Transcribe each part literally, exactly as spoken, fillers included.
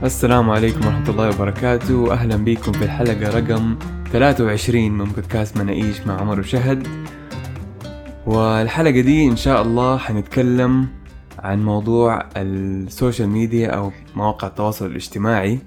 السلام عليكم ورحمة الله وبركاته، وأهلا بكم في الحلقة رقم ثلاثة وعشرين من بودكاست مناقيش مع عمر وشهد. والحلقة دي إن شاء الله حنتكلم عن موضوع السوشيال ميديا أو مواقع التواصل الاجتماعي،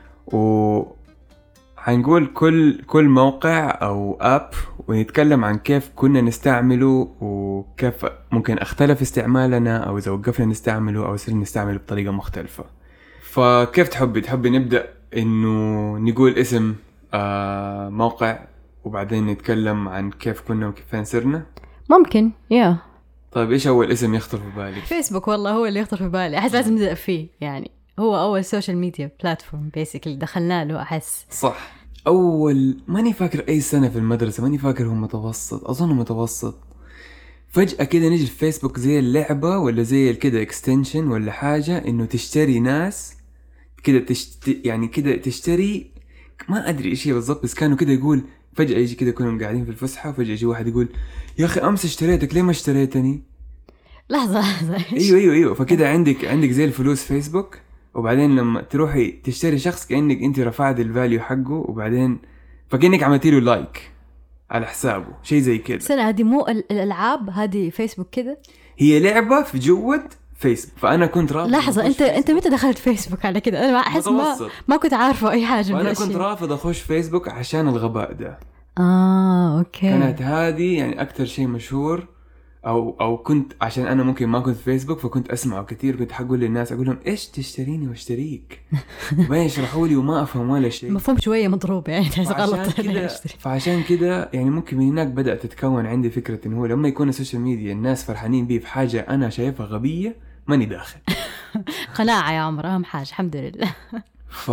وحنقول كل كل موقع أو أب ونتكلم عن كيف كنا نستعمله وكيف ممكن اختلف استعمالنا أو إذا وقفنا نستعمله أو صرنا نستعمله بطريقة مختلفة. فكيف تحبي تحبي نبدأ إنه نقول اسم آه موقع وبعدين نتكلم عن كيف كنا وكيف صرنا؟ ممكن يا طيب إيش أول اسم يخطر في بالك؟ فيسبوك. والله هو اللي يخطر في بالي، أحس لازم نبدأ فيه، يعني هو أول سوشيال ميديا بلاتفورم بيسيكلي دخلنا له. أحس صح، أول ماني فاكر أي سنة في المدرسة، ماني فاكر هو متوسط، أظن متوسط. فجأة كده نجي الفيسبوك زي اللعبة ولا زي كده اكستنشن ولا حاجة، إنه تشتري ناس كده تشت... يعني كده تشتري، ما أدري إيش هي بالضبط، بس كانوا كده يقول فجأة يجي كده كلهم قاعدين في الفسحة وفجأة يجي واحد يقول يا أخي أمس اشتريتك ليه ما اشتريتني؟ لحظة لحظة أيوة أيوة أيوة فكده عندك عندك زي الفلوس فيسبوك، وبعدين لما تروحي تشتري شخص كأنك أنت رفعت الفاليو حقه، وبعدين فكأنك عملتي له لايك على حسابه، شيء زي كده. سنة هذه مو الألعاب، هذه فيسبوك كده، هي لعبة في جوة فيسبوك. فأنا كنت رافض. لحظة أنت أنت متى دخلت فيسبوك على كده؟ أنا ما أحس ما ما كنت عارفة أي حاجة من وأنا الأشياء. كنت رافض أخش فيسبوك عشان الغباء ده. آه أوكي. كانت هذه يعني أكتر شيء مشهور، أو أو كنت عشان أنا ممكن ما كنت فيسبوك فكنت أسمعه كتير، كنت حقول للناس أقول لهم إيش تشتريني واشتريك، وبين يشرحوا لي وما أفهم ولا شيء. مفهوم شوية مضروب يعني، تحس غلط. فعشان كده يعني ممكن من هناك بدأت تتكون عندي فكرة إنه هو لما يكون السوشيال ميديا الناس فرحانين بيه في حاجة أنا شايفها غبية ماني داخل. قناعة يا عمر أهم حاجة، الحمد لله. ف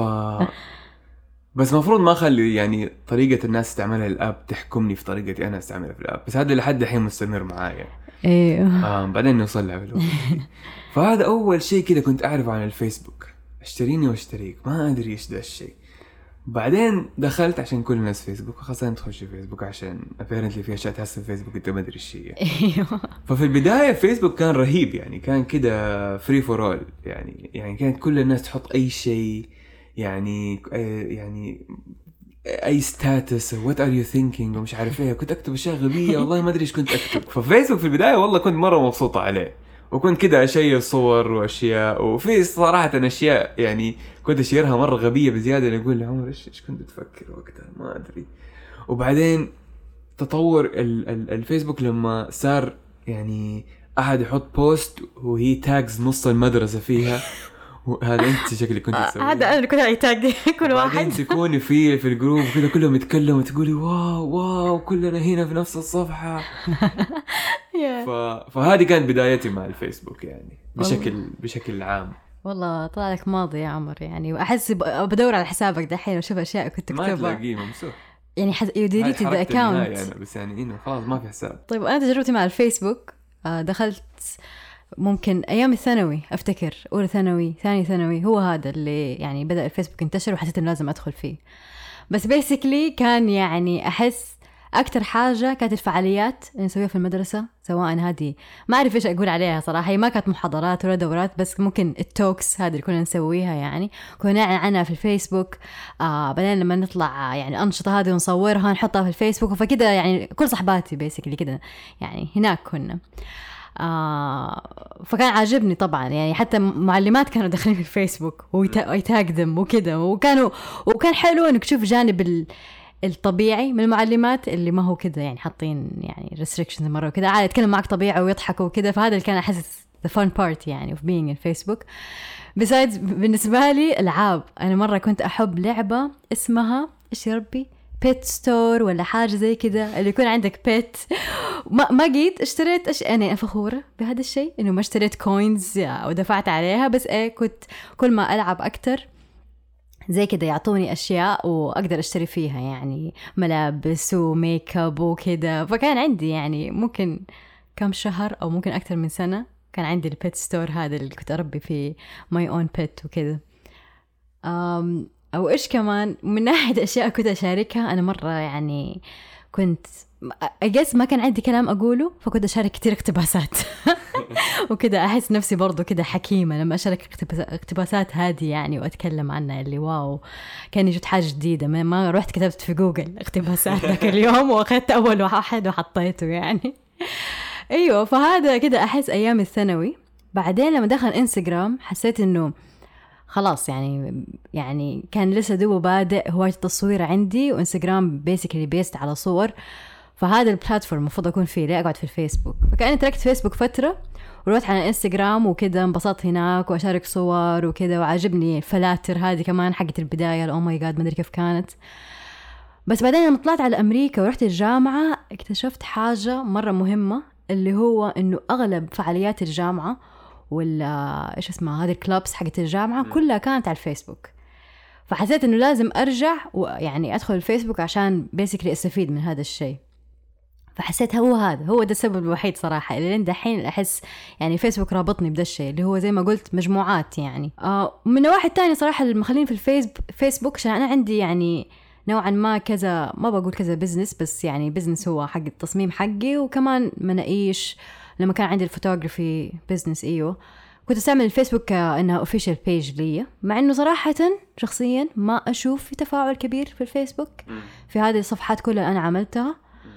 بس مفروض ما أخلي يعني طريقة الناس استعملها الأب تحكمني في طريقتي أنا استعملها في الأب، بس هذا لحد الحين مستمر معايا. ايوه آه بعدين نوصل لها في الوقت. فهذا أول شيء كده كنت أعرفه عن الفيسبوك، اشتريني واشتريك، ما أدري إيش ده الشيء. بعدين دخلت عشان كل الناس فيسبوك، خاصة تخش فيسبوك عشان apparently في أشياء تحصل فيسبوك أنت ما أدري الشيء. ايوه. ففي البداية فيسبوك كان رهيب، يعني كان كده free for all، يعني يعني كانت كل الناس تحط أي شيء، يعني يعني اي ستاتس what are you thinking ومش عارف ايه، كنت اكتب اشياء غبيه والله ما ادري ايش كنت اكتب. ففيسبوك في البدايه والله كنت مره مبسوطه عليه، وكنت كده اشير صور واشياء، وفي صراحه اشياء يعني كنت اشيرها مره غبيه بزياده، اقول لعمر ايش ايش كنت تفكر وقتها ما ادري. وبعدين تطور ال- ال- الفيسبوك لما صار يعني احد يحط بوست وهي تاجز نص المدرسه فيها، وهذا انت شكلك كنت تسوي، هذا انا كنت ايتاج كل واحد. بعدين تكوني في في الجروب كده كلهم يتكلموا وتقولي واو واو كلنا هنا في نفس الصفحه. ف... فهذه كانت بدايتي مع الفيسبوك يعني بشكل بشكل عام. والله طلع لك ماضي يا عمر يعني، واحس بدور على حسابك دحين واشوف اشياء كنت تكتبها ما تلاقيه ممسوح يعني، حز... يديريتي ذا اكاونت يعني، بس يعني انه خلاص ما في حساب. طيب انا تجربتي مع الفيسبوك دخلت ممكن أيام الثانوي، أفتكر أولى ثانوي ثاني ثانوي، هو هذا اللي يعني بدأ الفيسبوك ينتشر وحسيت إنه لازم أدخل فيه. بس بيسيكلي كان يعني أحس أكتر حاجة كانت الفعاليات اللي نسويها في المدرسة، سواء هذه ما أعرف إيش أقول عليها صراحة، هي ما كانت محاضرات ولا دورات، بس ممكن التوكس هذه اللي كنا نسويها يعني كنا نعلن عنها في الفيسبوك. آه بعدين لما نطلع يعني أنشطة هذه ونصورها نحطها في الفيسبوك، فكده يعني كل صحباتي بيسيكلي كده يعني هناك كنا. آه فكان عاجبني طبعا يعني، حتى معلمات كانوا داخلين في الفيسبوك ويتاقدم وكده، وكانوا وكان حلو انك تشوف جانب الطبيعي من المعلمات اللي ما هو كده يعني حاطين يعني restrictions مرة وكده، عادي يتكلم معك طبيعي ويضحكوا وكده. فهذا اللي كان أحس the fun part يعني of being in Facebook. besides بالنسبة لي ألعاب، أنا مرة كنت أحب لعبة اسمها إيش يا ربي بيت ستور ولا حاجة زي كده، اللي يكون عندك بيت. ما ما جيت اشتريت أش... أنا فخورة بهذا الشيء إنه ما اشتريت كوينز أو دفعت عليها، بس إيه كنت كل ما ألعب أكتر زي كده يعطوني أشياء وأقدر أشتري فيها يعني ملابس وميك اب وكده. فكان عندي يعني ممكن كم شهر أو ممكن أكتر من سنة كان عندي البيت ستور هذا اللي كنت أربي فيه ماي اون بيت وكده. أم أو إيش كمان من ناحية أشياء كنت أشاركها، أنا مرة يعني كنت أجلس ما كان عندي كلام أقوله، فكنت أشارك كتير اقتباسات. وكده أحس نفسي برضو كده حكيمة لما أشارك اقتباسات هذه يعني وأتكلم عنها، اللي واو كاني جبت حاجة جديدة. ما, ما رحت كتبت في جوجل اقتباسات ذاك اليوم وأخذت أول واحد وحطيته يعني. أيوة، فهذا كده أحس أيام الثانوي. بعدين لما دخل إنستغرام حسيت إنه خلاص يعني يعني كان لسه دوبه بادئ هواية التصوير عندي، وإنستغرام بيسكلي بيست على صور، فهذا البلاتفورم المفروض أكون فيه، ليه أقعد في الفيسبوك؟ فكأني تركت فيسبوك فترة ورحت على إنستغرام وكده، انبسطت هناك وأشارك صور وكده، وعجبني الفلاتر هذه كمان حقت البداية، الأو ماي جاد ما أدري كيف كانت. بس بعدين لما طلعت على أمريكا ورحت الجامعة اكتشفت حاجة مرة مهمة، اللي هو إنه أغلب فعاليات الجامعة ولا إيش اسمها هذه الكلابس حقت الجامعة كلها كانت على الفيسبوك. فحسيت إنه لازم أرجع ويعني أدخل الفيسبوك عشان بيسكلي أستفيد من هذا الشيء. فحسيت هو هذا هو ده السبب الوحيد صراحة اللي لين دحين أحس يعني فيسبوك رابطني بدا الشيء، اللي هو زي ما قلت مجموعات يعني. آه من واحد تاني صراحة اللي مخلين في الفيسبوك فيسبوك عشان أنا عندي يعني نوعا ما كذا، ما بقول كذا بزنس، بس يعني بزنس هو حق التصميم حقي، وكمان مناقيش لما كان عندي الفوتوغرافي بزنس. ايوه كنت استعمل الفيسبوك كأنها اوفيشال بيج لي، مع انه صراحة شخصيا ما اشوف في تفاعل كبير في الفيسبوك في هذه الصفحات كلها اللي انا عملتها.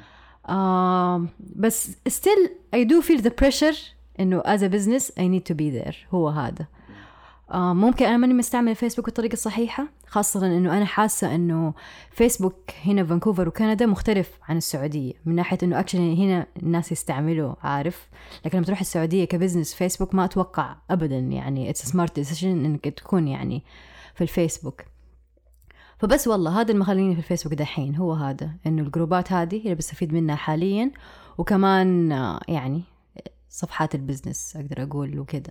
آه بس still I do feel the pressure انه as a business I need to be there. هو هذا. آه ممكن أنا ماني مستعمل الفيسبوك بالطريقة الصحيحة، خاصة إنه أنا حاسة إنه فيسبوك هنا فانكوفر وكندا مختلف عن السعودية، من ناحية إنه أكشن هنا الناس يستعملوا عارف، لكن لما تروح السعودية كبزنس فيسبوك ما أتوقع أبدا يعني it's a smart decision إنك تكون يعني في الفيسبوك. فبس والله هذا المخليني في الفيسبوك دحين، هو هذا إنه الجروبات هذه اللي بستفيد منها حاليا، وكمان يعني صفحات البزنس أقدر أقول وكده.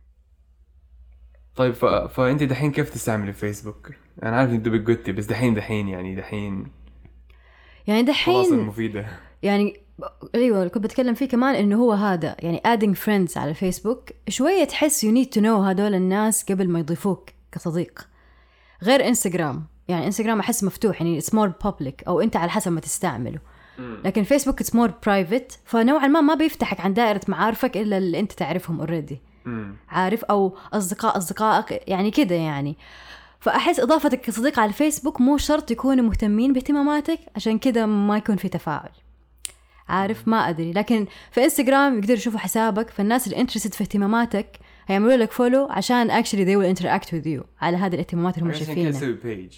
طيب ف... فأنت دحين كيف تستعمل الفيسبوك؟ أنا عارف أنت بقولتي بس دحين دحين يعني دحين يعني دحين خلاص المفيدة يعني أيوة كنت بتكلم فيه كمان إنه هو هذا يعني adding friends على فيسبوك شوية تحس you need to know هدول الناس قبل ما يضيفوك كصديق، غير إنستغرام. يعني إنستغرام أحس مفتوح يعني it's more public أو أنت على حسب ما تستعمله، لكن فيسبوك it's more private، فنوعا ما ما بيفتحك عن دائرة معارفك إلا اللي أنت تعرفهم already عارف، أو أصدقاء أصدقائك يعني كده يعني. فأحس إضافتك كصديق على الفيسبوك مو شرط يكونوا مهتمين باهتماماتك، عشان كده ما يكون في تفاعل عارف، ما أدري. لكن في إنستغرام يقدروا يشوفوا حسابك، فالناس اللي interested في اهتماماتك هيعملوا لك فولو عشان actually they will interact with you على هذه الاهتمامات اللي هم شايفينها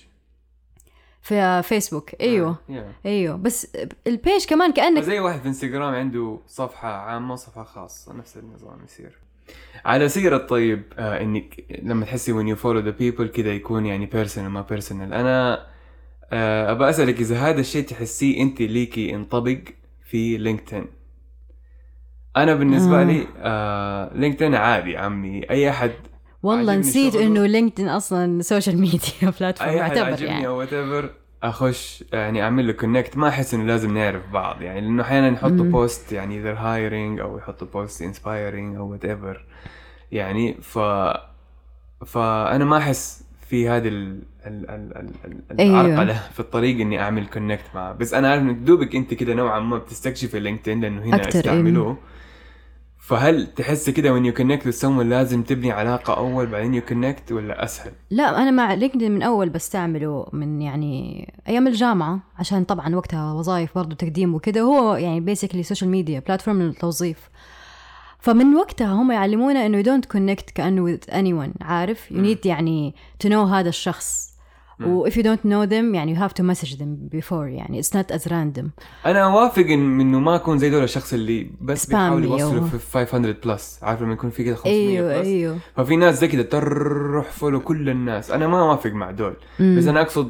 في فيسبوك. أيوة آه. yeah. أيوة بس البيج كمان كأنك زي واحد في إنستغرام عنده صفحة عامة وصفحة خاصة، نفس النظام يصير. على سيرة طيب آه إنك لما تحسي when you follow the people كده يكون يعني personal ما personal، أنا آه أبى أسألك إذا هذا الشيء تحسيه أنت ليكي انطبق في لينكدين. أنا بالنسبة آه. لي آه لينكدين عادي عمي، أي أحد والله نسيت إنه لينكدين أصلا سوشيال ميديا بلاتفورم يعتبر عجبني يعني. أو whatever أخش يعني أعمل له كونكت، ما أحس إنه لازم نعرف بعض يعني، لأنه أحيانا يحطوا بوست يعني either hiring أو يحطوا بوست inspiring أو whatever يعني. ف فأنا ما أحس في هذه ال ال ال ال العرقلة أيوه. في الطريق إني أعمل كونكت معه، بس أنا عارف إنك دوبك أنت كده نوعا ما بتستكشف اللينكدين لأنه هنا استعملوه إيه. فهل تحس كده when you connect with someone لازم تبني علاقة أول بعدين you connect ولا أسهل؟ لا أنا مع لينكدين من أول بستعمله من يعني أيام الجامعة، عشان طبعا وقتها وظائف برضو تقديم وكده، هو يعني basically social media platform للتوظيف. فمن وقتها هم يعلمونا إنه you don't connect كأنه with anyone عارف، you need يعني to know هذا الشخص، و if you don't know them يعني you have to message them before يعني it's not as random. أنا أوافق إنه ما أكون زي دول الشخص اللي بس بيحاول يوصله في خمسمية بلس، عارف لما يكون في كده خمسمية أيوه بلس أيوه. ففي ناس زي كده تروح فولو كل الناس، أنا ما أوافق مع دول. مم. بس أنا أقصد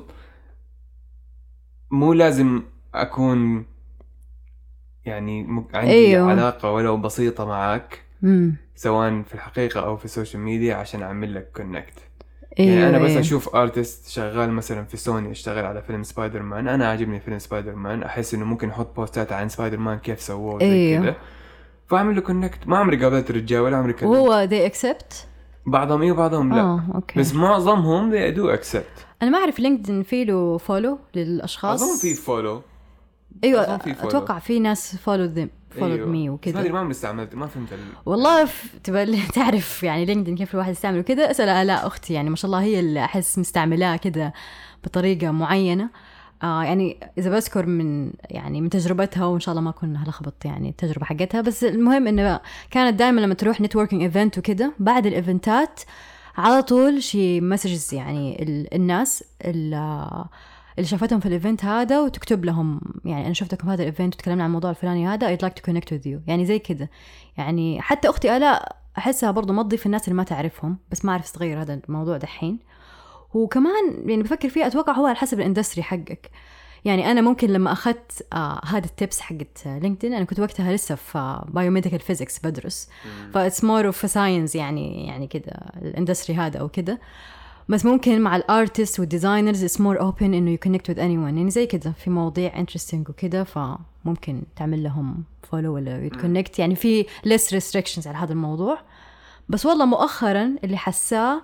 مو لازم أكون يعني عندي أيوه. علاقة ولو بسيطة معك مم. سواء في الحقيقة أو في السوشيال ميديا عشان أعمل لك كونكت. يعني أيوة أنا بس أيوة. أشوف آرتست شغال مثلا في سوني اشتغل على فيلم سبايدر مان، أنا عاجبني فيلم سبايدر مان، أحس إنه ممكن أحط بوستات عن سبايدر مان كيف سووه زي أيوة. كده، فأعمل له كونكت. ما عمري قابلت رجال ولا عمري كلمت. هو they accept بعضهم إيه وبعضهم لا آه، بس معظمهم they do accept. أنا ما أعرف لينكدين فيه له فولو للأشخاص. أظن فيه فولو. أيوة فيه فولو. أتوقع في ناس follow them followed me وكده. هذه ما استعملت ما فهمت ال... والله ف... تبى تعرف يعني لينكدين كيف الواحد يستعمله كده. اسأل آلاء أختي يعني ما شاء الله هي اللي أحس مستعملها كده بطريقة معينة. آه يعني إذا بذكر من يعني من تجربتها وإن شاء الله ما كنا هلخبط يعني التجربة حقتها. بس المهم إنه كانت دائما لما تروح نتوركينج إيفنت وكده بعد الإيفنتات على طول شي مسجز يعني ال... الناس اللي شافتهم في الإيفنت هذا وتكتب لهم يعني أنا شفتكم هذا الإيفنت وتكلمنا عن الموضوع الفلاني هذا I'd like to connect with you يعني زي كده. يعني حتى أختي آلاء أحسها برضو ما تضيف الناس اللي ما تعرفهم بس ما أعرف تغير هذا الموضوع دحين. وكمان يعني بفكر فيه أتوقع هو على حسب الاندستري حقك. يعني أنا ممكن لما أخذت آه هذا التيبس حقت لينكدين أنا كنت وقتها لسه في بايوميديكال فيزيكس بدرس فإتس مور أوف ساينس يعني يعني كده الاندستري هذا أو كده. بس ممكن مع الارتست والديزاينرز it's more open إنه you connect with anyone يعني زي كده في مواضيع interesting وكده فممكن تعمل لهم follow ولا you connect يعني في less restrictions على هذا الموضوع. بس والله مؤخرا اللي حساه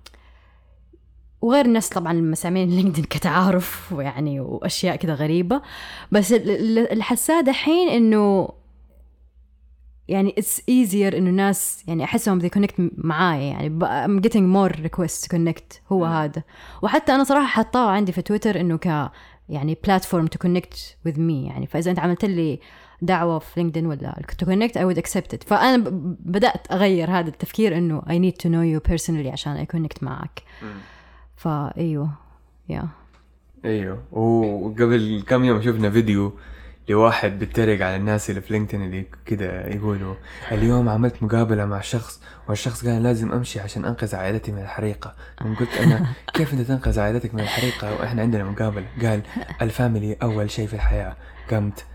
وغير الناس طبعا المسامين لينكدين كتعارف ويعني وأشياء كده غريبة بس اللي حساه دحين إنه يعني it's easier إنه الناس يعني أحسهم they connect معايا يعني I'm getting more requests to connect هو هذا. وحتى أنا صراحة حطاه عندي في تويتر إنه ك يعني platform to connect with me يعني فإذا أنت عملت لي دعوة في لينكدين ولا to connect I would accept it. فأنا بدأت أغير هذا التفكير إنه I need to know you personally عشان I connect معك. فأيوه يا yeah. أيوه. وقبل كم يوم شفنا فيديو لواحد بيتريق على الناس اللي في لينكدين اللي كده يقولوا اليوم عملت مقابلة مع شخص والشخص قال لازم أمشي عشان أنقذ عائلتي من الحريقة. قلت أنا كيف أنت تنقذ عائلتك من الحريقة وإحنا عندنا مقابلة؟ قال الفاميلي أول شيء في الحياة. قمت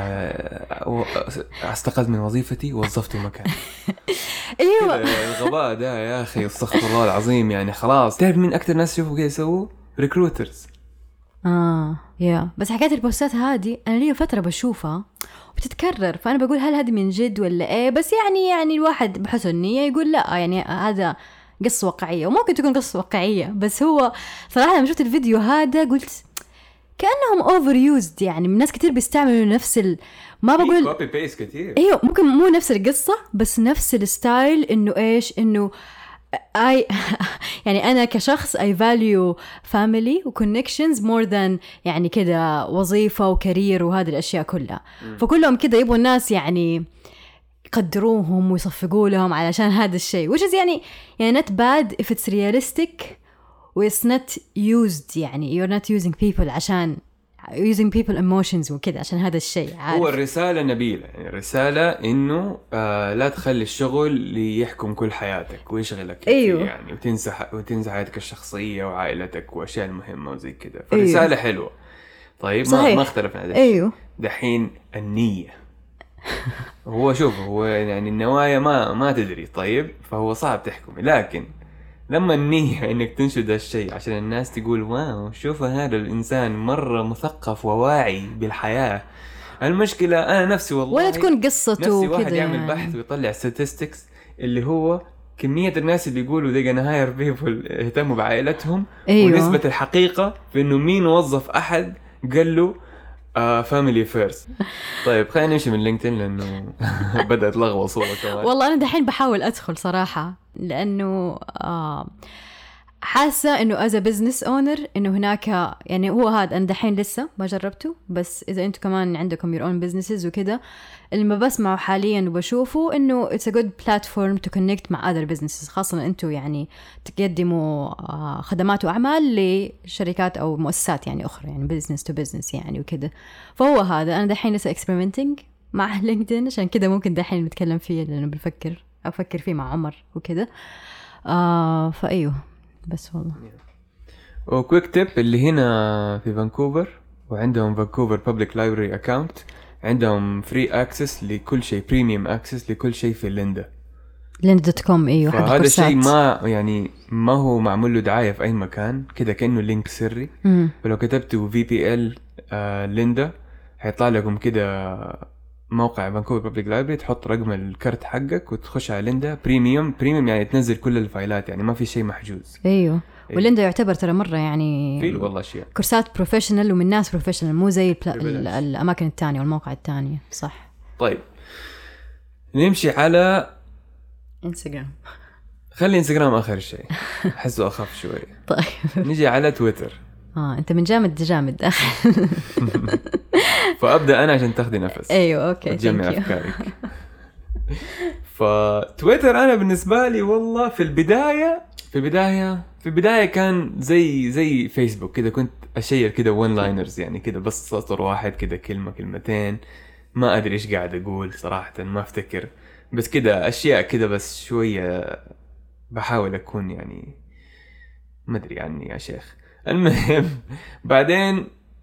استقلت من وظيفتي ووظفته مكان. ايوه الغباء ده يا اخي استغفر الله العظيم. يعني خلاص تعرف مين اكتر ناس شوفوا كده يسووا ريكروترز. اه يا بس حكايه البوستات هذه انا لي فتره بشوفها وبتتكرر فانا بقول هل هذه من جد ولا ايه. بس يعني يعني الواحد بحسن نيه يقول لا يعني هذا قصه واقعيه وممكن تكون قصه واقعيه. بس هو صراحه لما شفت الفيديو هذا قلت كأنهم اوفر يوزد يعني من ناس كتير بيستعملوا نفس ال ما بقول كوبي بيست كتير. ايوه ممكن مو نفس القصه بس نفس الستايل انه ايش انه اي يعني انا كشخص I value family و connections more than يعني كده وظيفه وكارير وهذه الاشياء كلها. م. فكلهم كده يبغوا الناس يعني يقدروهم ويصفقوا لهم علشان هذا الشيء which is يعني يعني not bad if it's realistic it's not used يعني you're not using people عشان using people emotions وكده عشان هذا الشيء. هو الرسالة نبيلة يعني رسالة إنه آه لا تخلي الشغل اللي يحكم كل حياتك ويشغلك. أيوه. يعني وتنسى وتنسى حياتك الشخصية وعائلتك وأشياء المهمة وزي كده. فرسالة أيوه. حلوة. طيب صحيح. ما ما اختلفنا هذا. أيوه. دحين النية هو شوف هو يعني النوايا ما ما تدري طيب فهو صعب تحكم لكن لما النية انك تنشد هالشيء عشان الناس تقول واو شوف هذا الانسان مرة مثقف وواعي بالحياة. المشكلة انا نفسي والله ولا تكون قصته نفسي واحد كده يعمل يعني. بحث ويطلع statistics اللي هو كمية الناس اللي يقولوا they're gonna hire people يهتموا بعائلتهم. أيوة. ونسبة الحقيقة في انه مين وظف احد قال له آه فاميلي فيرست. طيب خلينا نمشي من لينكدين لأنه بدأت لغوة صورة كمان. والله أنا دحين بحاول أدخل صراحة لأنه آه حاسة إنه as a business owner إنه هناك يعني هو هذا أنا دحين لسه ما جربته بس إذا أنتوا كمان عندكم your own businesses وكده اللي ما بسمعه حاليا وبشوفه إنه it's a good platform to connect مع other businesses خاصة أنتوا يعني تقدموا آه خدمات وأعمال لشركات أو مؤسسات يعني أخرى يعني business to business يعني وكده. فهو هذا أنا دحين لسه experimenting مع لينكدين عشان كده ممكن دحين نتكلم فيه لأنه بفكر أفكر فيه مع عمر وكده. آه فأيوه بس والله. وكويك تيب اللي هنا في فانكوفر وعندهم فانكوفر بابليك لايبرري اكاونت عندهم فري اكسس لكل شيء بريميوم اكسس لكل شيء في ليندا ليندا دوت كوم. ايوه هذا الشيء ما يعني ما هو معمول له دعايه في اي مكان كده كانه لينك سري. م. فلو كتبتوا في بي ال آه ليندا هيطلع لكم كده موقع فانكوفر بابليك لايبرري تحط رقم الكارت حقك وتخش على ليندا بريميوم. بريميوم يعني تنزل كل الفايلات يعني ما في شيء محجوز. ايوه وليندا يعتبر ترى مرة يعني في والله أشياء كورسات بروفيشنال ومن ناس بروفيشنال مو زي البلا... الأماكن التانية والموقع التانية صح. طيب نمشي على انستغرام. خلي انستغرام آخر شيء، أحسه أخف شوي. طيب نجي على تويتر. اه انت من جامد جامد اخي. فأبدأ أنا عشان تاخدي نفس. ايوه اوكي تجمع أفكارك. فتويتر أنا بالنسبة لي والله في البداية في البداية في البداية كان زي زي فيسبوك كده، كنت أشير كده وان لاينرز يعني كده بس سطر واحد كده كلمة كلمتين، ما أدري إيش قاعد أقول صراحة ما أفتكر، بس كده أشياء كده بس شوية بحاول أكون يعني ما أدري عني يا شيخ. المهم بعدين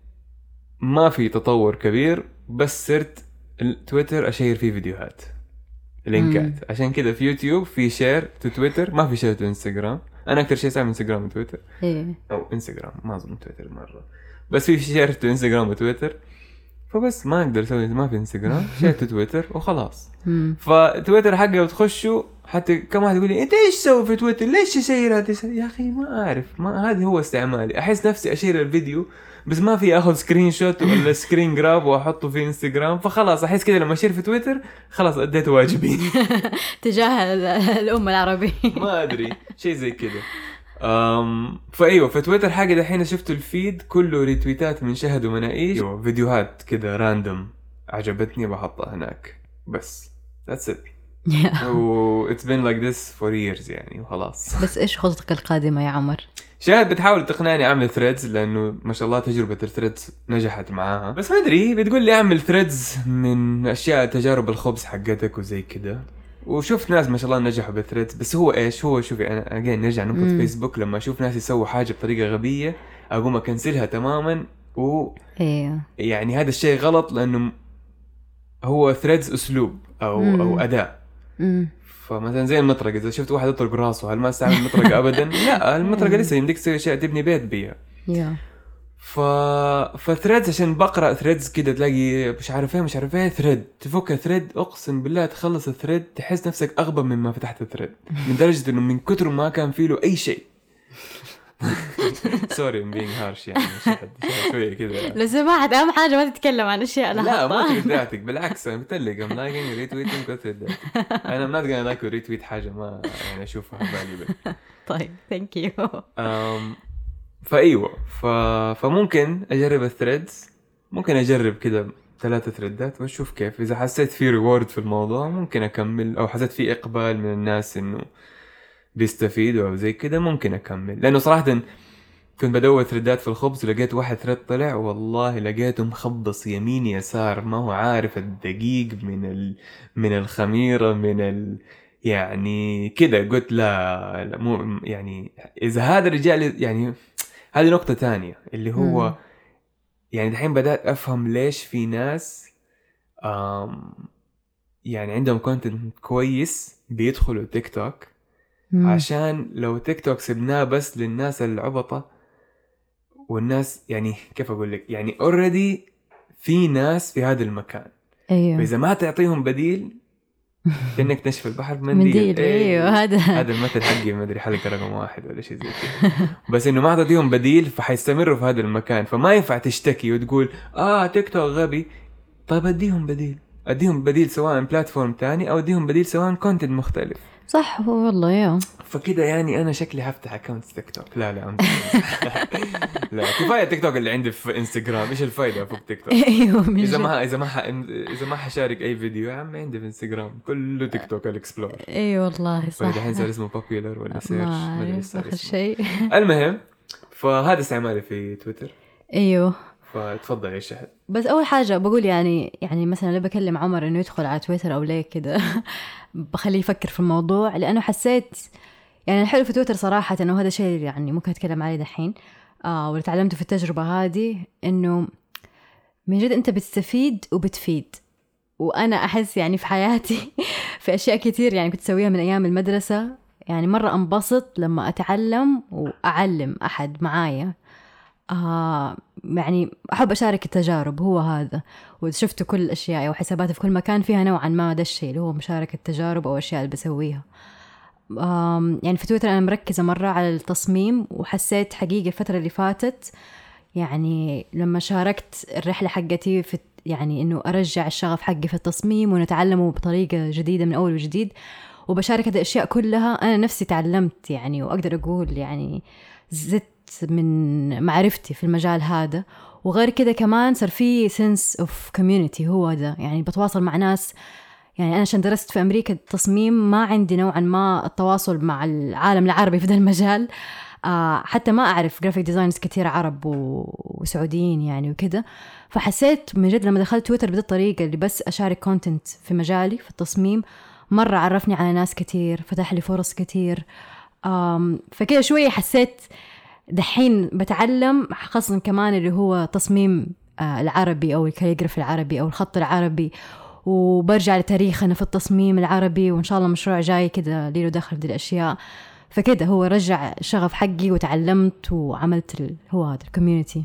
ما في تطور كبير، بس صرت التويتر أشير فيه فيديوهات لينكات. مم. عشان كده في يوتيوب في شير تو تويتر، ما في شير تو انستغرام. انا اكثر شيء استعمل انستغرام وتويتر ايه او انستغرام، ما اظن تويتر مره، بس في شير تو انستغرام وتويتر. فبس ما اقدر اسوي، ما في انستغرام شير تو تويتر وخلاص. مم. فتويتر حقه بتخشوا حتى كم واحد يقول لي انت ايش تسوي في تويتر، ليش تشير هذا؟ يا اخي ما اعرف، ما هذا هو استعمالي. احس نفسي اشير الفيديو بس ما في اخذ سكرين شوت ولا سكرين جراب واحطه في انستغرام، فخلاص احس كده لما اشير في تويتر خلاص اديت واجبي. تجاه الامه العربيه. ما ادري شيء زي كده. أم فايوه في تويتر حاجه دحين شفت الفيد كله ريتويتات من شهد ومناقيش، أيوة فيديوهات كده راندوم عجبتني بحطها هناك بس. that's it. و it's been like this for years يعني وخلاص. بس ايش خطتك القادمه يا عمر؟ شاهد بتحاول تقنعني اعمل ثريدز لانه ما شاء الله تجربه الثريدز نجحت معاها، بس ما ادري بتقول لي اعمل ثريدز من اشياء تجارب الخبز حقتك وزي كده، وشوف ناس ما شاء الله نجحوا بالثريدز. بس هو ايش هو شوفي انا اجين نرجع نقطه فيسبوك، لما اشوف ناس يسووا حاجه بطريقه غبيه اقوم اكنسلها تماما، و ايوه يعني هذا الشيء غلط لانه هو ثريدز اسلوب او مم. او اداه. امم فمثلا زي المطرقه، اذا شفت واحد يطرق راسه هل ما استعمل المطرقه ابدا؟ لا المطرقه لسه يمديك تسوي اشياء تبني بيت بيها. يا ف فثريدز عشان بقرا ثريدز كده تلاقي مش عارف ايه مش عارف ايه ثريد، تفك ثريد اقسم بالله تخلص الثريد تحس نفسك اغبى مما فتحت الثريد، من درجه انه من كتر ما كان فيه له اي شيء. سوري ام بينج هارش يعني شهد شويه كده. لو سمحت اهم حاجه ما تتكلم عن اشياء انا لا حاطها. ما تقدراتك بالعكس انا بتلقى ام لايكينج ريتويتنج كثر انا ما اقدر لايك وريتويت حاجه ما يعني اشوفها بالي. طيب ثانك يو. أم فايوه ف... فممكن اجرب الثريدز، ممكن اجرب كده ثلاثة ثريدات واشوف كيف. اذا حسيت في ريورد في الموضوع ممكن اكمل، او حسيت في اقبال من الناس انه بيستفيدوا او زي كده ممكن اكمل. لانه صراحه كنت بدور ثريدات في الخبز ولقيت واحد ثريد طلع والله لقيته مخبص يمين يسار، ما هو عارف الدقيق من ال... من الخميره من ال... يعني كده. قلت لا, لا مو يعني اذا هذا الرجال يعني هذه نقطة تانية اللي هو مم. يعني دحين بدأت أفهم ليش في ناس آم يعني عندهم كونتنت كويس بيدخلوا تيك توك، مم. عشان لو تيك توك سبناه بس للناس العبطة والناس يعني كيف أقول لك يعني already في ناس في هذا المكان، ايوه فإذا ما تعطيهم بديل كأنك تنشف البحر بمنديل. منديل ايوه هذا هذا المثل حقي ما ادري حلقه رقم واحد ولا شيء زي كذا. بس انه ما اعطيهم بديل فحيستمروا في هذا المكان، فما ينفع تشتكي وتقول اه تيك توك غبي. طيب اديهم بديل، اديهم بديل سواء بلاتفورم تاني او اديهم بديل سواء كونتنت مختلف. صح هو والله يا فكده يعني انا شكلي هفتح اكونت تيك توك. لا لا أمس. لا كفايه تيك توك اللي عندي في انستغرام، ايش الفايده فوق تيك توك؟ ايوه من اذا جد. ما اذا ما ح... اذا ما حشارك اي فيديو يا عم عندي في انستغرام كله تيك توك الاكسبلور. اي والله صح. فالحين صار اسمه popular ولا سيرش ما ما ادري ايش أعرف صار اخر اسمه. شيء. المهم فهذا استعمالي في تويتر. ايوه فتفضل يا شهد. بس اول حاجه بقول يعني يعني مثلا لو بكلم عمر انه يدخل على تويتر او ليه كده بخليه يفكر في الموضوع، لانه حسيت يعني الحلو في تويتر صراحه انه هذا شيء يعني ممكن اتكلم عليه دحين اه واللي تعلمته في التجربه هذه، انه من جد انت بتستفيد وبتفيد. وانا احس يعني في حياتي في اشياء كتير يعني كنت اسويها من ايام المدرسه، يعني مره انبسط لما اتعلم واعلم احد معايا. آه يعني أحب أشارك التجارب، هو هذا. وشفت كل الأشياء وحساباتي في كل مكان فيها نوعا ما ده الشيء اللي هو مشاركة التجارب أو أشياء اللي بسويها. آه يعني في تويتر أنا مركزة مرة على التصميم، وحسيت حقيقة الفترة اللي فاتت يعني لما شاركت الرحلة حقتي في يعني إنه أرجع الشغف حقي في التصميم ونتعلمه بطريقة جديدة من أول وجديد، وبشارك هذه الأشياء كلها. أنا نفسي تعلمت يعني، وأقدر أقول يعني زدت من معرفتي في المجال هذا. وغير كده كمان صار في sense of community، هو ده يعني بتواصل مع ناس. يعني أنا عشان درست في أمريكا التصميم ما عندي نوعا ما التواصل مع العالم العربي في ذا المجال. آه حتى ما أعرف جرافيك ديزاينرز كتير عرب وسعوديين يعني وكده. فحسيت من جد لما دخلت تويتر بهذه الطريقة اللي بس أشارك كونتنت في مجالي في التصميم، مرة عرفني على ناس كتير، فتح لي فرص كتير. فكده شوية حسيت دحين بتعلم خاصة كمان اللي هو تصميم آه العربي أو الكاليغرافي العربي أو الخط العربي، وبرجع لتاريخنا في التصميم العربي، وإن شاء الله مشروع جاي كده ليه له دخل في الأشياء. فكده هو رجع شغف حقي وتعلمت وعملت ال... هو هذا الكوميونيتي.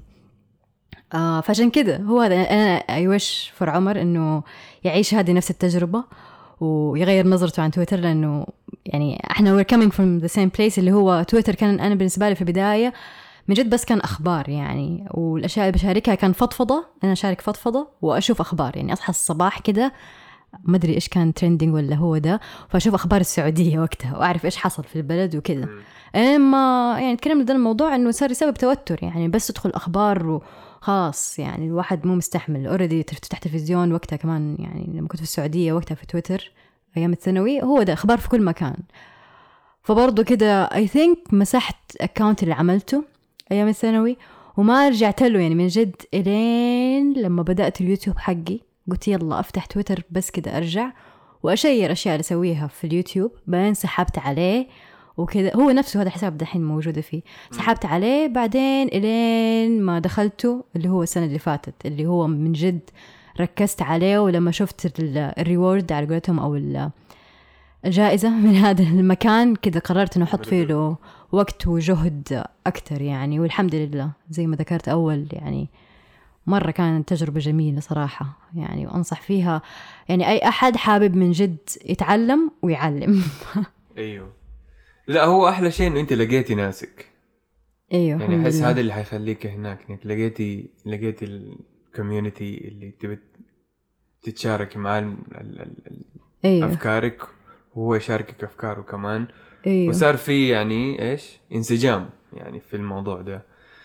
آه فعشان كده هو هذا أنا أيوش فر عمر إنه يعيش هذه نفس التجربة ويغير نظرته عن تويتر، لأنه يعني إحنا we're coming from the same place. اللي هو تويتر كان أنا بالنسبة لي في البداية من جد بس كان أخبار يعني، والأشياء اللي بشاركها كان فضفضة. أنا أشارك فضفضة وأشوف أخبار، يعني أصحى الصباح كده ما أدري إيش كان تريندينج ولا هو ده، فأشوف أخبار السعودية وقتها وأعرف إيش حصل في البلد وكده. أما يعني تكلمنا ده الموضوع إنه صار يسبب توتر، يعني بس تدخل أخبار وخلاص يعني الواحد مو مستحمل. أوريدي تفتح تلفزيون وقتها كمان، يعني لما كنت في السعودية وقتها في تويتر أيام الثانوي هو ده أخبار في كل مكان. فبرضو كده I think مسحت أكاونت اللي عملته أيام الثانوي وما رجعت له يعني من جد إلين لما بدأت اليوتيوب حقي. قلت يلا أفتح تويتر بس كده أرجع وأشير أشياء اللي أسويها في اليوتيوب. بعدين سحبت عليه وكده، هو نفسه هذا حساب دحين موجودة فيه. سحبت عليه بعدين إلين ما دخلته اللي هو السنة اللي فاتت، اللي هو من جد ركزت عليه. ولما شفت الريورد على قولتهم أو الجائزة من هذا المكان كده قررت أنه أحط فيه له وقت وجهد أكتر يعني. والحمد لله زي ما ذكرت أول يعني مرة كانت تجربة جميلة صراحة يعني، وأنصح فيها يعني أي أحد حابب من جد يتعلم ويعلم. أيوه لا هو أحلى شيء إنه أنت لقيتي ناسك. أيوه يعني أحس هذا اللي حيخليك هناك، إنك لقيتي لقيتي الكوميونتي اللي تبي تتشارك معاه أيوه. أفكارك وهو يشاركك أفكاره كمان. أيوه. وصار في يعني إيش انسجام يعني في الموضوع ده.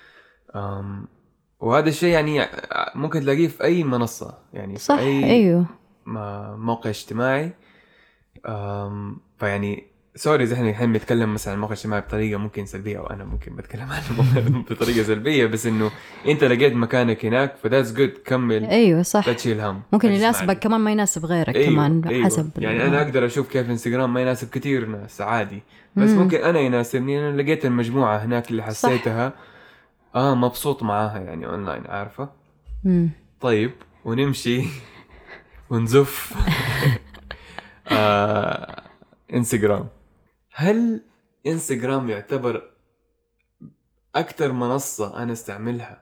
أم وهذا الشيء يعني ممكن تلاقيه في أي منصة يعني صح. في أي أيوه. موقع اجتماعي. أم فيعني سوري إذا إحنا الحين بنتكلم مثلا عن الموقع الاجتماعي بطريقة ممكن سلبية، أو أنا ممكن بتكلم عنه بطريقة سلبية، بس إنه أنت لقيت مكانك هناك فداز جود كمل. أيوه صح. لا تشيل هم، ممكن يناسبك كمان ما يناسب غيرك. أيوه. كمان أيوه. حسب يعني أنا أقدر أشوف كيف إنستغرام ما يناسب كتير ناس عادي، بس مم. ممكن أنا يناسبني. أنا لقيت المجموعة هناك اللي حسيتها صح. آه مبسوط معاها يعني أونلاين عارفة. مم. طيب ونمشي ونزف. آه إنستغرام. هل إنستغرام يعتبر أكتر منصة أنا استعملها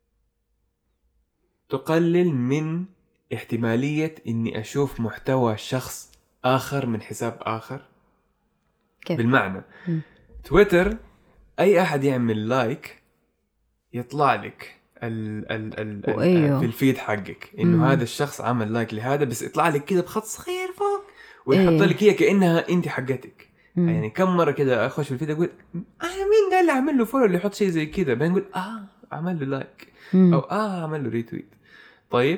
تقلل من احتمالية إني أشوف محتوى شخص آخر من حساب آخر؟ كيف؟ بالمعنى م. تويتر أي أحد يعمل لايك يطلع لك ال ال ال ال في الفيد حقك إنه م. هذا الشخص عمل لايك لهذا، بس يطلع لك كده بخط صغير فوق ويحط إيه. لك هي كأنها أنت حقتك. م. يعني كم مرة كده أخش في الفيد أقول آه مين ده اللي عمل له فولو اللي يحط شيء زي كده، بنقول آه عمل له لايك م. أو آه عمل له ريتويت. طيب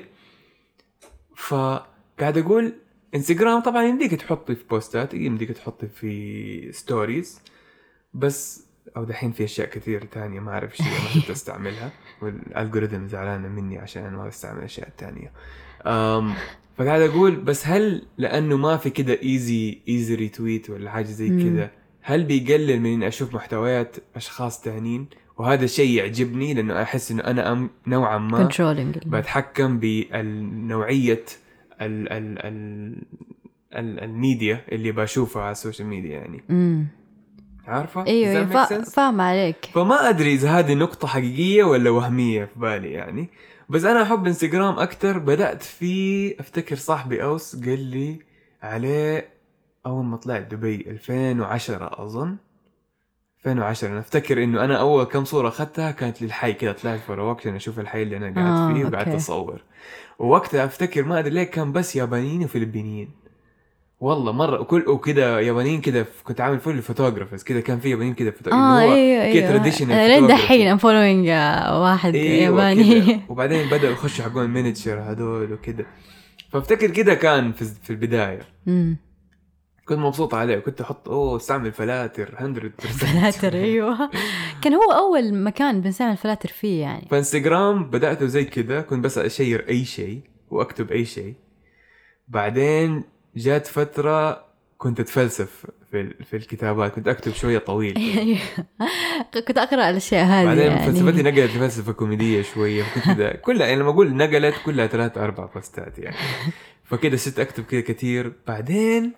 فقاعد أقول إنستغرام طبعا يمديك تحطي في بوستات، يمديك تحطي في ستوريز بس، أو دحين في أشياء كثير تانية ما أعرف شيء ما كنت أستعملها والألغوريثم زعلانة مني عشان أنا ما أستعمل أشياء تانية. فقاعد أقول بس هل لأنه ما في كده إيزي إيزي ريتويت ولا حاجة زي كده هل بيقلل من إني أشوف محتويات أشخاص تانيين؟ وهذا الشيء يعجبني لأنه أحس إنه أنا نوعا ما بتحكم بالنوعية ال ال ال ال الميديا اللي بشوفها على السوشيال ميديا يعني. امم عارفة؟ ايوه فا... فاهم عليك. فما ادري اذا هذه نقطة حقيقية ولا وهمية في بالي يعني، بس انا احب انستغرام اكتر. بدأت فيه افتكر صاحبي اوس قال لي عليه اول ما طلعت دبي ألفين وعشرة اظن ألفين وعشرة. أنا أفتكر إنه أنا أول كم صورة أخذتها كانت للحي كده، طلعت فروك عشان أشوف الحي اللي أنا قاعد آه، فيه وقعدت أوكي. أصور. ووقتها أفتكر ما أدري ليه كان بس يابانيين وفلبينيين والله مرة، وكل وكده يابانيين كده، كنت عامل فول الفوتوغرافرز كده، كان في يابانيين كده فوتو... اه اللي هو ايوه كده ايوه، تراديشنال انا لين فوتوغرافي. دحين ام فولوينج واحد ايوه ياباني. كده، وبعدين بدأوا يخشوا حقون المينيتشر هذول وكده. فافتكر كده كان في في البداية امم كنت مبسوط عليه، وكنت احط اوه استعمل فلاتر مية بالمية. فلاتر ايوه، كان هو اول مكان بنستعمل فلاتر فيه يعني. فانستغرام بدأته زي كده، كنت بس اشير اي شيء واكتب اي شيء. بعدين جات فترة كنت اتفلسف في في الكتابات، كنت اكتب شوية طويل. كنت اقرا الاشياء هذه بعدين يعني. فلسفتي نقلت لفلسفة كوميدية شوية، فكنت كده كلها يعني لما اقول نقلت كلها ثلاثة اربع بوستات يعني. فكده صرت اكتب كده كثير. بعدين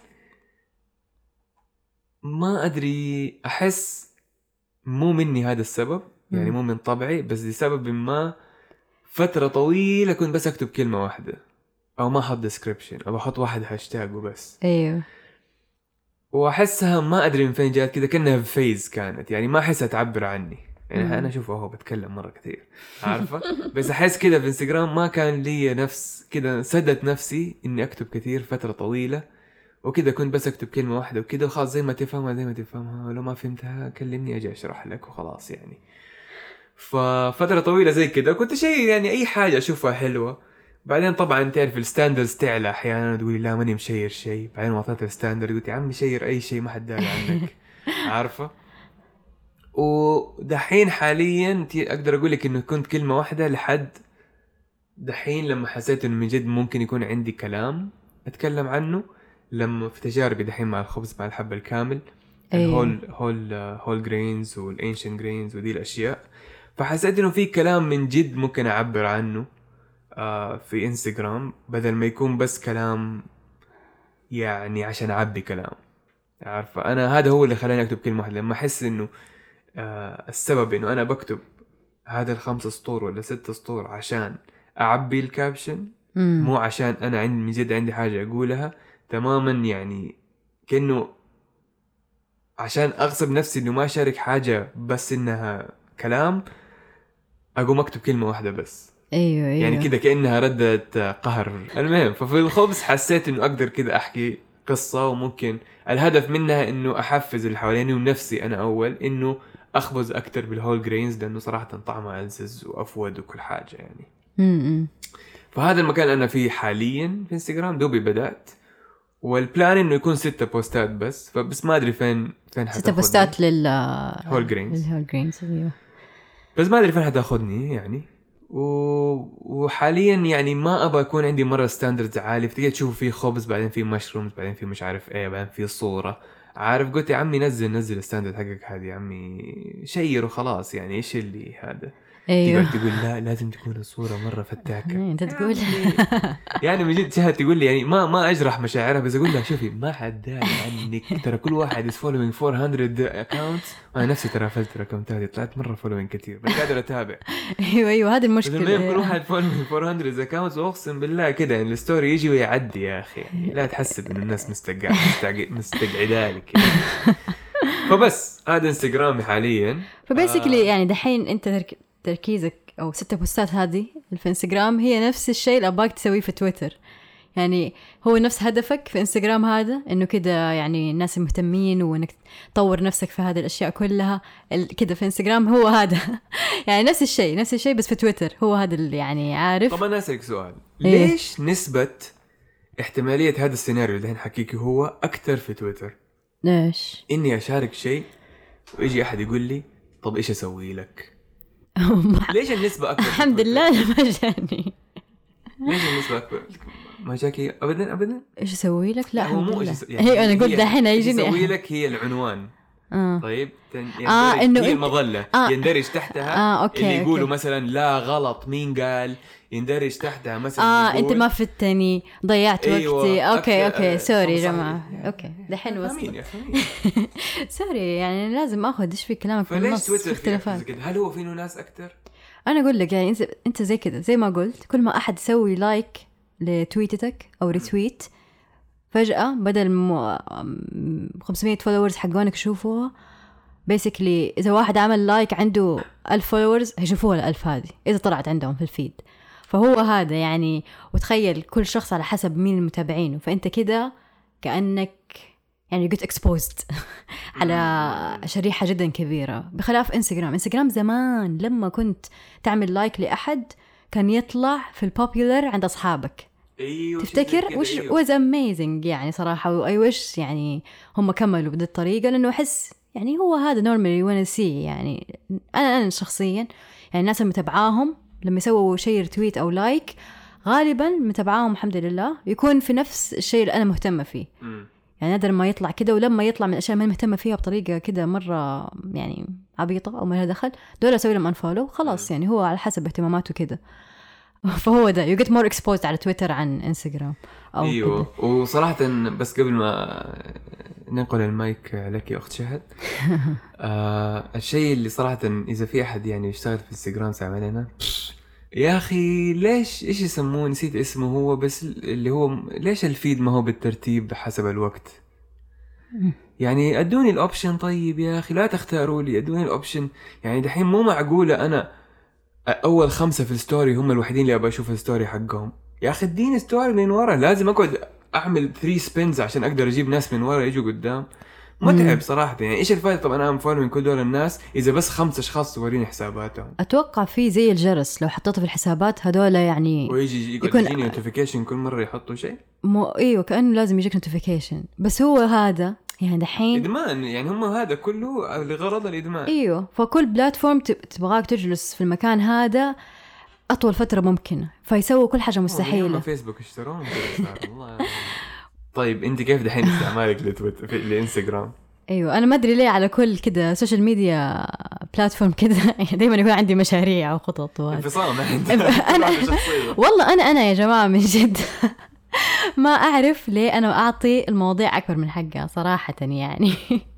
ما ادري، احس مو مني هذا السبب يعني، مو من طبعي، بس لسبب ما فترة طويلة كنت بس اكتب كلمة واحدة، او ما احط ديسكريبشن، او احط واحد هاشتاج وبس. ايوه واحسها ما ادري من فين جات كده، كأنها فيز كانت يعني، ما احسها تعبر عني يعني. مم. انا اشوفه هو بتكلم مرة كثير عارفة، بس احس كده في انستغرام ما كان لي نفس كده، سدت نفسي اني اكتب كثير فترة طويلة وكده. كنت بس اكتب كلمة واحدة وكده وخلاص، زي ما تفهمها زي ما تفهمها، ولو ما فهمتها كلمني اجي اشرح لك وخلاص يعني. ففترة طويلة زي كده كنت شيء يعني اي حاجة اشوفها حلوة. بعدين طبعا تعرف الستاندرز تعلى احيانا، تقولي لا ماني مشير شيء. بعدين وصلت الستاندرد قلت يا عمي شير اي شيء ما حد داري عنك. عارفة. ودحين حاليا تي- اقدر اقول لك انه كنت كلمة واحدة لحد دحين، لما حسيت انه من جد ممكن يكون عندي كلام اتكلم عنه، لما في تجاربي دحين مع الخبز مع الحب الكامل، الهول هول هول جرينز والانشن جرينز ودي الاشياء. فحسيت انه في كلام من جد ممكن اعبر عنه آه في انستغرام، بدل ما يكون بس كلام يعني عشان اعبي كلام. عارفه، انا هذا هو اللي خلاني اكتب كلمه واحده، لما احس انه آه السبب انه انا بكتب هذا الخمس سطور ولا ست سطور عشان اعبي الكابشن، مم. مو عشان انا عندي من جد عندي حاجه اقولها تماما يعني، كأنه عشان اغصب نفسي انه ما اشارك حاجه بس انها كلام، اقوم اكتب كلمه واحده بس. ايوه ايوه يعني كده كأنها ردة قهر. المهم، ففي الخبز حسيت انه اقدر كده احكي قصة، وممكن الهدف منها انه احفز اللي حواليني ونفسي انا اول، انه اخبز اكتر بالهول جرينز، لانه صراحة طعمها ألذذ وافود وكل حاجة يعني. امم فهذا المكان انا فيه حاليا في انستغرام، دوبي بدأت، والبلان انه يكون ستة بوستات بس، فبس ما ادري فين فين حتاخذني. ستة بوستات لل هول جرينز، للهول جرينز ايوه. بس ما ادري فين حتاخذني يعني. و... وحاليا يعني ما ابغى يكون عندي مره ستاندردز عالي، فتيجي تشوفوا فيه خبز، بعدين فيه مشرومز، بعدين فيه مش عارف ايه، بعدين فيه صوره. عارف، قلت يا عمي نزل نزل الستاندرد حقك هذه يا عمي، شير وخلاص يعني. ايش اللي هذا ايوه تقعد تقول لا لازم تكون الصوره مره فتاكه. انت تقول يعني من جد شهد تقول لي يعني ما ما اجرح مشاعرها، بس اقول لها شوفي ما حد داري عنك، ترى كل واحد is following أربعمية accounts، وانا نفسي ترى فلتر اكونتاتي طلعت مره following كثير، بس قادر اتابع. ايوه ايوه هذه بس لما المشكله. يكون واحد following أربعمية accounts، واقسم بالله كده يعني الستوري يجي ويعدي يا اخي يعني، لا تحسب انه الناس مستقع مستقعده لك يعني. فبس هذا انستغرامي حاليا. فبيسكلي يعني دحين انت ترك... تركيزك او ستة بوستات هذه في انستغرام هي نفس الشيء اللي ابغاك تسويه في تويتر. يعني هو نفس هدفك في انستغرام هذا، انه كده يعني الناس مهتمين وانك تطور نفسك في هذه الاشياء كلها كده في انستغرام، هو هذا يعني نفس الشيء نفس الشيء بس في تويتر، هو هذا اللي يعني عارف. طب انا اسالك سؤال، إيه؟ ليش نسبة احتمالية هذا السيناريو اللي الحين حكيكي هو اكثر في تويتر؟ ليش؟ اني اشارك شيء ويجي احد يقول لي طب ايش اسوي لك؟ ليش النسبة اكبر؟ الحمد لله ما جاني. ليش النسبة اكبر؟ ما جاكي ابدا ابدا؟ ايش اسوي لك؟ لا هو الحمد مو لله. ايش يعني ايوه انا قلت دحين ايش يجيني اسوي لك، هي العنوان. آه. طيب يندرج آه إنه هي أنت- المظلة آه. يندرج تحتها آه، أوكي، اللي يقولوا أوكي. مثلا لا غلط مين قال، يندرج تحتها مثلا اه يقول انت ما فتني ضيعت أيوة، وقتي. اوكي أكثر- اوكي آه، سوري يا صح- جماعه. صحيح. اوكي دحين فاهمين وصل. يا فاهمين. سوري يعني لازم اخذ ايش في كلامك في فليش النص، تويتر في في اختلافات. كده؟ هل هو في ناس اكثر؟ انا اقول لك يعني انت انت زي كذا زي ما قلت، كل ما احد يسوي لايك لتويتتك او ريتويت فجأة بدل مو... خمسمية فولورز حقونك يشوفوها بيسكلي إذا واحد عمل لايك عنده ألف فولورز هيشوفوها الألف هذه إذا طلعت عندهم في الفيد. فهو هذا يعني. وتخيل كل شخص على حسب مين المتابعينه، فأنت كده كأنك يعني قلت exposed على شريحة جدا كبيرة. بخلاف إنستغرام، إنستغرام زمان لما كنت تعمل لايك لأحد كان يطلع في البوبيلر عند أصحابك. أيوه تفتكر وش أيوه. was amazing يعني صراحة. وأي وش يعني هم كملوا بهذه الطريقة، لأنه أحس يعني هو هذا normally wanna see. يعني أنا أنا شخصيا يعني الناس المتابعاهم لما يسووا شيء رتويت أو لايك غالبا متابعاهم الحمد لله يكون في نفس الشيء اللي أنا مهتمة فيه. م. يعني نادر ما يطلع كده، ولما يطلع من الأشياء ما مهتمة فيها بطريقة كده مرة يعني عبيطة أو ما لها دخل، دول أسوي لهم أنفولو خلاص. يعني هو على حسب اهتماماته كده. فهو ده you get more exposed على تويتر عن إنستغرام أو أيوه كده. وصراحة بس قبل ما ننقل المايك لك يا أخت شهد آه الشيء اللي صراحة إذا في أحد يعني يشتغل في إنستغرام سامعنا يا أخي ليش إيش يسموه نسيت اسمه هو، بس اللي هو ليش الفيد ما هو بالترتيب حسب الوقت؟ يعني أدوني الأوبشن. طيب يا أخي لا تختاروا لي، أدوني الأوبشن. يعني دحين مو معقولة أنا أول خمسة في الستوري هم الوحيدين اللي أبغى أشوف الستوري حقهم. يا أخي اديني ستوري من ورا، لازم أقعد أعمل ثري سبينز عشان أقدر أجيب ناس من ورا يجوا قدام. متعب صراحة. يعني إيش الفائدة؟ طبعا أنا مفولو من كل دول الناس إذا بس خمسة أشخاص توريني حساباتهم. أتوقع في زي الجرس لو حطيته في الحسابات هذول يعني ويجي يكون يجيني نوتيفيكيشن كل مرة يحطوا شيء. مو إيوه كأنه لازم يجيك نوتيفيكيشن. بس هو هذا يعني دحين إدمان. يعني هم هذا كله لغرض الإدمان. إيوه. فكل بلاتفورم تبغاك تجلس في المكان هذا أطول فترة ممكنة، فيسووا كل حاجة مستحيلة. فيسبوك اشترون الله. طيب أنت كيف دحين استعمالك لتويتر لإنستغرام؟ ايوه انا ما ادري ليه على كل كده سوشيال ميديا بلاتفورم كده دائما يكون عندي مشاريع او خطط انفصام. انا والله انا انا يا جماعه من جد ما اعرف ليه انا اعطي المواضيع اكبر من حقها صراحه يعني.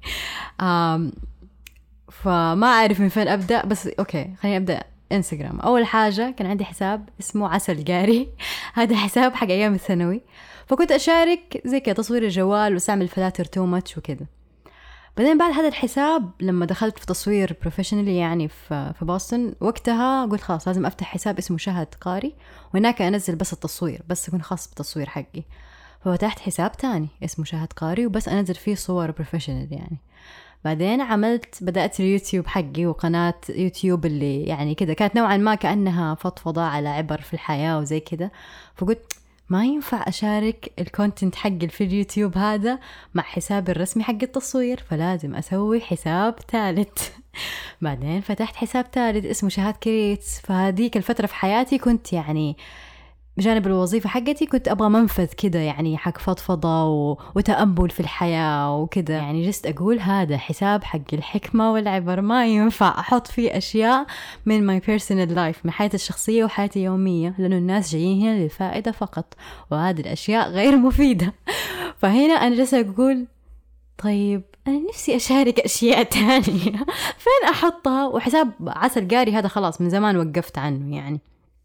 فما اعرف من فين ابدا. بس اوكي خليني ابدا. انستغرام اول حاجه كان عندي حساب اسمه عسل قاري. هذا حساب حق ايام الثانوي، فكنت اشارك زي كده تصوير الجوال واستعمل فلاتر تو ماتش وكده. بعدين بعد هذا الحساب لما دخلت في تصوير بروفيشنالي يعني في في بوسطن، وقتها قلت خلاص لازم افتح حساب اسمه شهد قاري، وهناك انزل بس التصوير، بس يكون خاص بالتصوير حقي. ففتحت حساب تاني اسمه شهد قاري وبس انزل فيه صور بروفيشنال يعني. بعدين عملت بدأت اليوتيوب حقي وقناة يوتيوب اللي يعني كده كانت نوعا ما كأنها فضفضة على عبر في الحياة وزي كده. فقلت ما ينفع أشارك الكونتنت حقي في اليوتيوب هذا مع حسابي الرسمي حق التصوير، فلازم أسوي حساب ثالث. بعدين فتحت حساب ثالث اسمه شهد كريتس. فهذيك الفترة في حياتي كنت يعني بجانب الوظيفة حقتي كنت أبغى منفذ كده يعني حق فضفضة و... وتأمل في الحياة وكده. يعني جست أقول هذا حساب حق الحكمة والعبر، ما ينفع أحط فيه أشياء من my personal life، من حياتي الشخصية وحياتي اليومية، لأنه الناس جايين هنا للفائدة فقط، وهذه الأشياء غير مفيدة. فهنا أنا جست أقول طيب أنا نفسي أشارك أشياء تانية فين أحطها؟ وحساب عسل قاري هذا خلاص من زمان وقفت عنه يعني.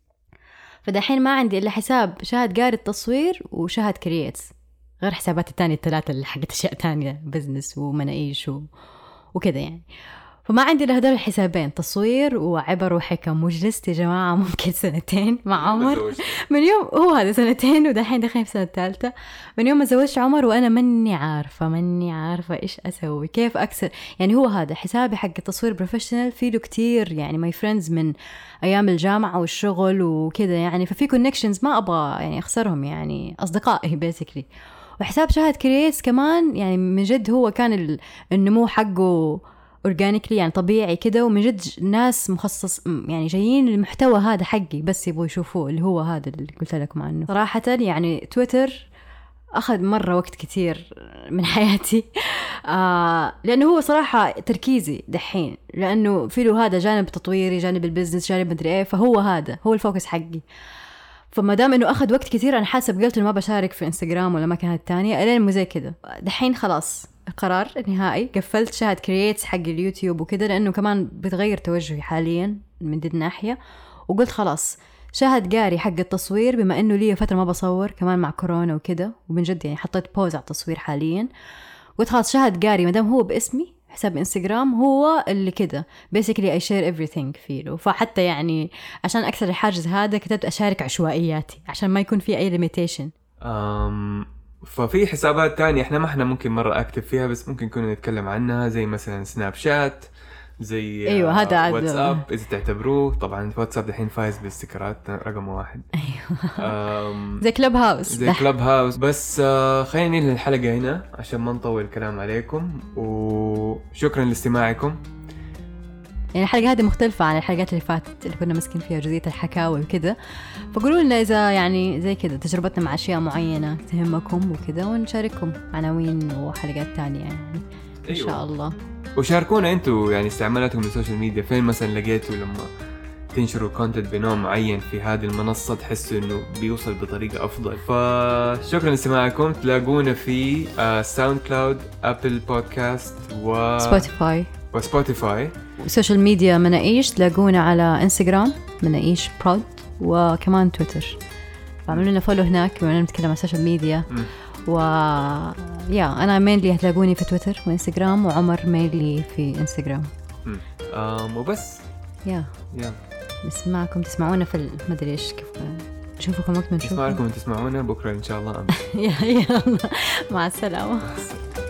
فدحين ما عندي إلا حساب شهد قاري التصوير وشهد كرييتس، غير حسابات التانية الثلاثة اللي حقت أشياء تانية بزنس ومناقيش و... وكده يعني. فما عندي إلا هدول الحسابين تصوير وعبر وحكم. وجلست يا جماعة ممكن سنتين مع عمر من يوم هو هذا سنتين، ودحين دخين في سنة الثالثة من يوم ما زوجت عمر وأنا مني عارفة مني عارفة إيش أسوي كيف أكسر. يعني هو هذا حسابي حق التصوير بروفيشنال، فيه له كتير يعني ماي فريندز من أيام الجامعة والشغل وكده يعني، ففي كونكشنز ما أبغى يعني أخسرهم يعني أصدقائي بيسكلي. وحساب شهد كرييتس كمان يعني من جد هو كان النمو حقه أورجانيكلي يعني طبيعي كده، ومن جد ناس مخصص يعني جايين المحتوى هذا حقي بس يبغوا يشوفوه، اللي هو هذا اللي قلت لكم عنه. صراحة يعني تويتر أخذ مرة وقت كتير من حياتي آه لأنه هو صراحة تركيزي دحين، لأنه في له هذا جانب تطويري جانب البزنس جانب مدري إيه، فهو هذا هو الفوكس حقي. فما دام إنه أخذ وقت كتير أنا حاسب قلت إنه ما بشارك في إنستغرام ولا مكان التانية ألين مو زي كده. دحين خلاص قرار نهائي قفلت شهد كرييتس حق اليوتيوب وكده، لأنه كمان بتغير توجهي حاليا من دي الناحية. وقلت خلاص شهد قاري حق التصوير، بما إنه لي فترة ما بصور كمان مع كورونا وكده، ومن جد يعني حطيت بوز على التصوير حاليا. قلت خلاص شهد قاري مدام هو باسمي حساب انستغرام هو اللي كده basically I share everything فيه. فحتى يعني عشان أكثر الحاجز هذا كتبت أشارك عشوائياتي عشان ما يكون في أي limitation. أم ففي حسابات تانية احنا ما احنا ممكن مرة اكتب فيها بس ممكن كنا نتكلم عنها زي مثلا سناب شات زي أيوة هذا عاد واتساب إذا تعتبروه. طبعا واتساب دحين فايز بالاستيكرات رقم واحد. أيوة زي كلوب هاوس زي كلوب هاوس. بس آه خلينا ننهي الحلقة هنا عشان ما نطول الكلام عليكم وشكرا لاستماعكم. يعني الحلقة هذه مختلفة عن الحلقات اللي فاتت اللي كنا مسكين فيها جزئية الحكاوي وكده. فقولوا لنا إذا يعني زي كده تجربتنا مع أشياء معينة تهمكم وكده ونشارككم عناوين وحلقات تانية يعني إن أيوة. شاء الله. وشاركونا أنتوا يعني استعمالاتكم للسوشيال ميديا فين مثلا لقيتوا لما تنشروا كونتنت بنوع معين في هذه المنصة تحسوا إنه بيوصل بطريقة أفضل. فشكرا لاستماعكم. تلاقونا في ساوند كلاود أبل بودكاست و سبوتيفاي وسبوتيفاي. وسوشيال ميديا مناقيش تلاقونا على انستغرام مناقيش برود وكمان تويتر. فعملوا لنا فولو هناك وانا نتكلم عن السوشيال ميديا. و يا انا مينلي هتلاقوني في تويتر وانستغرام وعمر مينلي في انستغرام. امم وبس يا يا نسمعكم تسمعونا في المدري ايش كيف نشوفكم وقت ما نشوفكم. نسمعكم وتسمعونا بكره ان شاء الله. يا يلا مع السلامه.